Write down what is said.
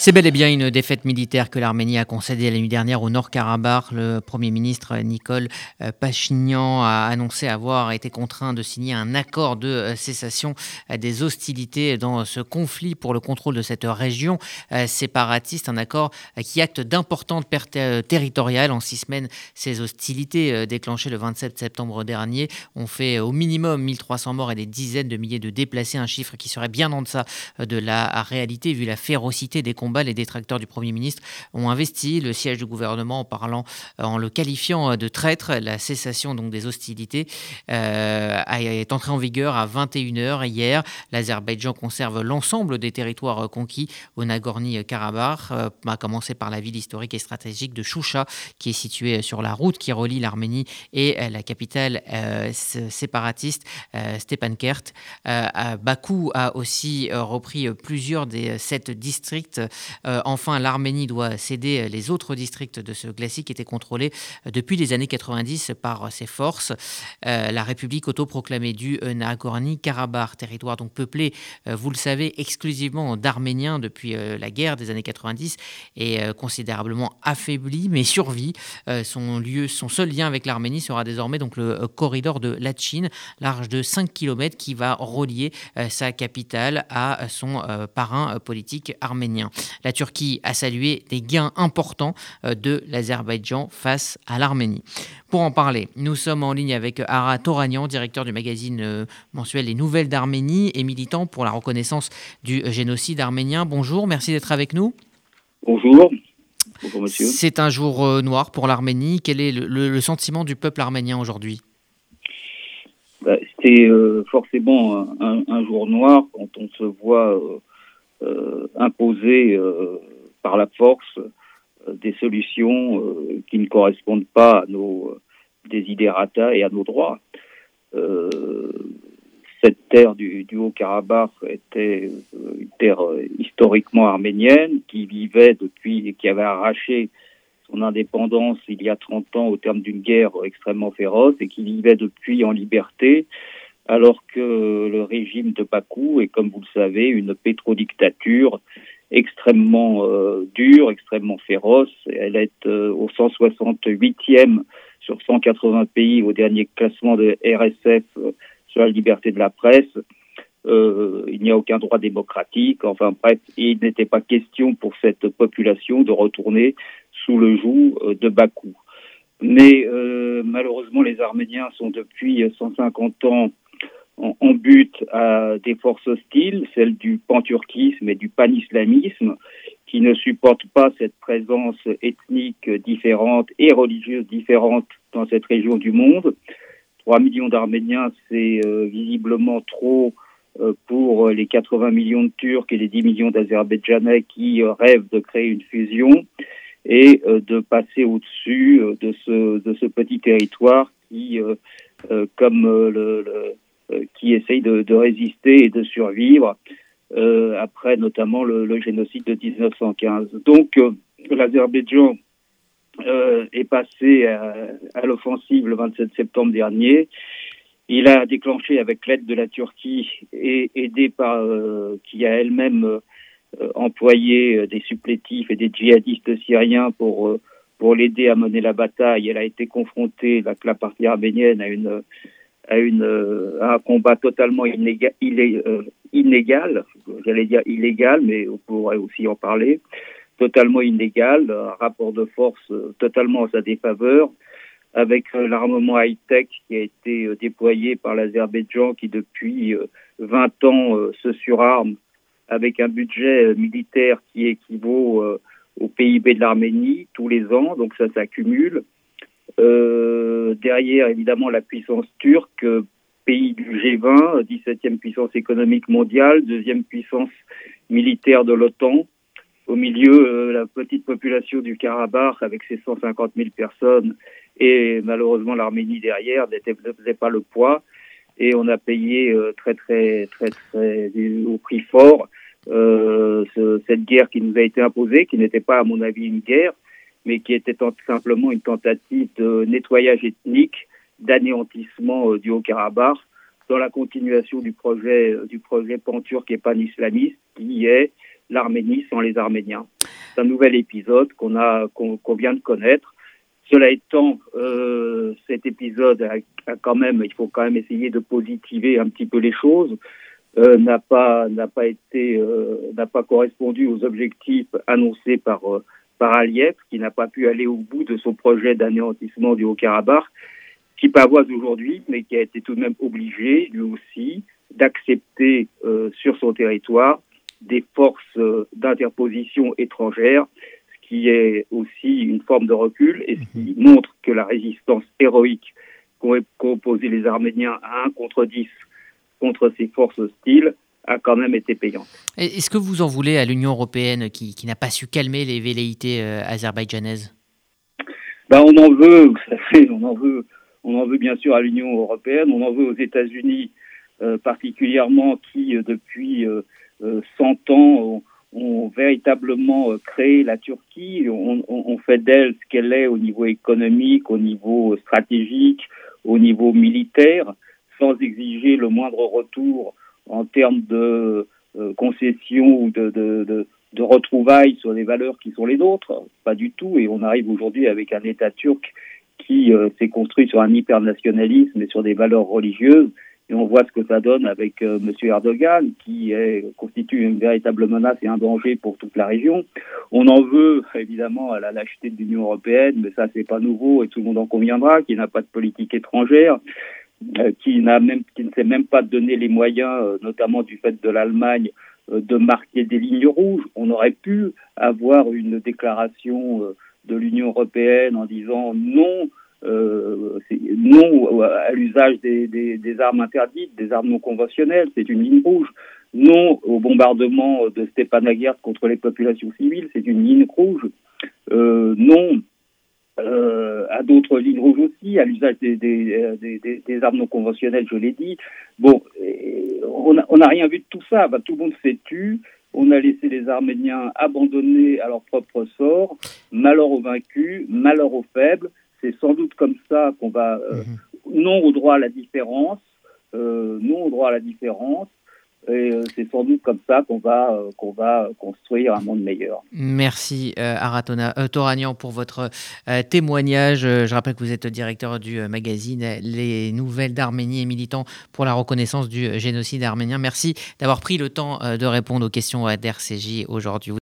C'est bel et bien une défaite militaire que l'Arménie a concédée la nuit dernière au Nord-Karabakh. Le Premier ministre Nikol Pachinian a annoncé avoir été contraint de signer un accord de cessation des hostilités dans ce conflit pour le contrôle de cette région séparatiste. Un accord qui acte d'importantes pertes territoriales. En 6 semaines, ces hostilités déclenchées le 27 septembre dernier ont fait au minimum 1300 morts et des dizaines de milliers de déplacés. Un chiffre qui serait bien en deçà de la réalité vu la férocité des combats. Les détracteurs du Premier ministre ont investi le siège du gouvernement en le qualifiant de traître. La cessation donc des hostilités est entrée en vigueur à 21h hier. L'Azerbaïdjan conserve l'ensemble des territoires conquis au Nagorno-Karabakh, à commencer par la ville historique et stratégique de Choucha, qui est située sur la route qui relie l'Arménie et la capitale séparatiste Stepankert. Bakou a aussi repris plusieurs des 7 districts. Enfin, l'Arménie doit céder les autres districts de ce glacis qui étaient contrôlés depuis les années 90 par ses forces. La République autoproclamée du Nagorno-Karabakh, territoire donc peuplé, vous le savez, exclusivement d'Arméniens depuis la guerre des années 90, est considérablement affaibli, mais survit. Son seul lien avec l'Arménie sera désormais donc le corridor de Latchine, large de 5 km, qui va relier sa capitale à son parrain politique arménien. La Turquie a salué des gains importants de l'Azerbaïdjan face à l'Arménie. Pour en parler, nous sommes en ligne avec Ara Toranian, directeur du magazine mensuel Les Nouvelles d'Arménie et militant pour la reconnaissance du génocide arménien. Bonjour, merci d'être avec nous. Bonjour. Bonjour monsieur. C'est un jour noir pour l'Arménie. Quel est le sentiment du peuple arménien aujourd'hui ? C'était forcément un jour noir quand on se voit imposer par la force des solutions qui ne correspondent pas à nos desiderata et à nos droits. Cette terre du Haut-Karabakh était une terre historiquement arménienne qui avait arraché son indépendance il y a 30 ans au terme d'une guerre extrêmement féroce et qui vivait depuis en liberté, alors que le régime de Bakou est, comme vous le savez, une pétrodictature extrêmement dure, extrêmement féroce. Elle est au 168e sur 180 pays au dernier classement de RSF sur la liberté de la presse. Il n'y a aucun droit démocratique. Enfin bref, il n'était pas question pour cette population de retourner sous le joug de Bakou. Mais malheureusement, les Arméniens sont depuis 150 ans en but à des forces hostiles, celles du panturquisme et du panislamisme, qui ne supportent pas cette présence ethnique différente et religieuse différente dans cette région du monde. 3 millions d'Arméniens, c'est visiblement trop pour les 80 millions de Turcs et les 10 millions d'Azerbaïdjanais qui rêvent de créer une fusion et de passer au-dessus de ce petit territoire qui, qui essaye de résister et de survivre après notamment le génocide de 1915. Donc l'Azerbaïdjan est passé à l'offensive le 27 septembre dernier. Il a déclenché avec l'aide de la Turquie et aidé par qui a elle-même employé des supplétifs et des djihadistes syriens pour l'aider à mener la bataille. Elle a été confrontée, la partie arménienne, à un combat totalement inégal, j'allais dire illégal, mais on pourrait aussi en parler, totalement inégal, un rapport de force totalement en sa défaveur, avec l'armement high-tech qui a été déployé par l'Azerbaïdjan, qui depuis 20 ans se surarme, avec un budget militaire qui équivaut au PIB de l'Arménie tous les ans, donc ça s'accumule. Derrière, évidemment, la puissance turque, pays du G20, 17e puissance économique mondiale, 2e puissance militaire de l'OTAN. Au milieu, la petite population du Karabakh avec ses 150 000 personnes et malheureusement l'Arménie derrière ne faisait pas le poids. Et on a payé très au prix fort cette guerre qui nous a été imposée, qui n'était pas à mon avis une guerre, mais qui était simplement une tentative de nettoyage ethnique, d'anéantissement du Haut-Karabakh, dans la continuation du projet pan-turc et pan-islamiste, qui est l'Arménie sans les Arméniens. un nouvel épisode qu'on vient de connaître. Cela étant, cet épisode il faut quand même essayer de positiver un petit peu les choses. N'a pas correspondu aux objectifs annoncés par Aliyev, qui n'a pas pu aller au bout de son projet d'anéantissement du Haut-Karabakh, qui pavoise aujourd'hui, mais qui a été tout de même obligé, lui aussi, d'accepter sur son territoire des forces d'interposition étrangères, ce qui est aussi une forme de recul et ce qui montre que la résistance héroïque qu'ont opposé les Arméniens à 1 contre 10 contre ces forces hostiles a quand même été payante. Est-ce que vous en voulez à l'Union européenne qui n'a pas su calmer les velléités azerbaïdjanaises ? On en veut, vous savez, on en veut bien sûr à l'Union européenne, on en veut aux États-Unis particulièrement qui, depuis 100 ans, ont véritablement créé la Turquie, on fait d'elle ce qu'elle est au niveau économique, au niveau stratégique, au niveau militaire, sans exiger le moindre retour en termes de concessions ou de retrouvailles sur les valeurs qui sont les nôtres. Pas du tout. Et on arrive aujourd'hui avec un État turc qui s'est construit sur un hypernationalisme et sur des valeurs religieuses. Et on voit ce que ça donne avec M. Erdogan, qui constitue une véritable menace et un danger pour toute la région. On en veut évidemment à la lâcheté de l'Union européenne, mais ça c'est pas nouveau et tout le monde en conviendra, qui n'a pas de politique étrangère, qui ne sait même pas donner les moyens, notamment du fait de l'Allemagne, de marquer des lignes rouges. On aurait pu avoir une déclaration de l'Union européenne en disant non à l'usage des armes interdites, des armes non conventionnelles, c'est une ligne rouge. Non au bombardement de Stepanakert contre les populations civiles, c'est une ligne rouge. Non à d'autres lignes rouges aussi, à l'usage des armes non conventionnelles, je l'ai dit. On n'a rien vu de tout ça. Tout le monde s'est tu. On a laissé les Arméniens abandonnés à leur propre sort. Malheur aux vaincus, malheur aux faibles. C'est sans doute comme ça qu'on va... non au droit à la différence. Et c'est sans doute comme ça qu'on va construire un monde meilleur. Merci Arat Toranian pour votre témoignage. Je rappelle que vous êtes directeur du magazine Les Nouvelles d'Arménie et militant pour la reconnaissance du génocide arménien. Merci d'avoir pris le temps de répondre aux questions d'RCJ aujourd'hui.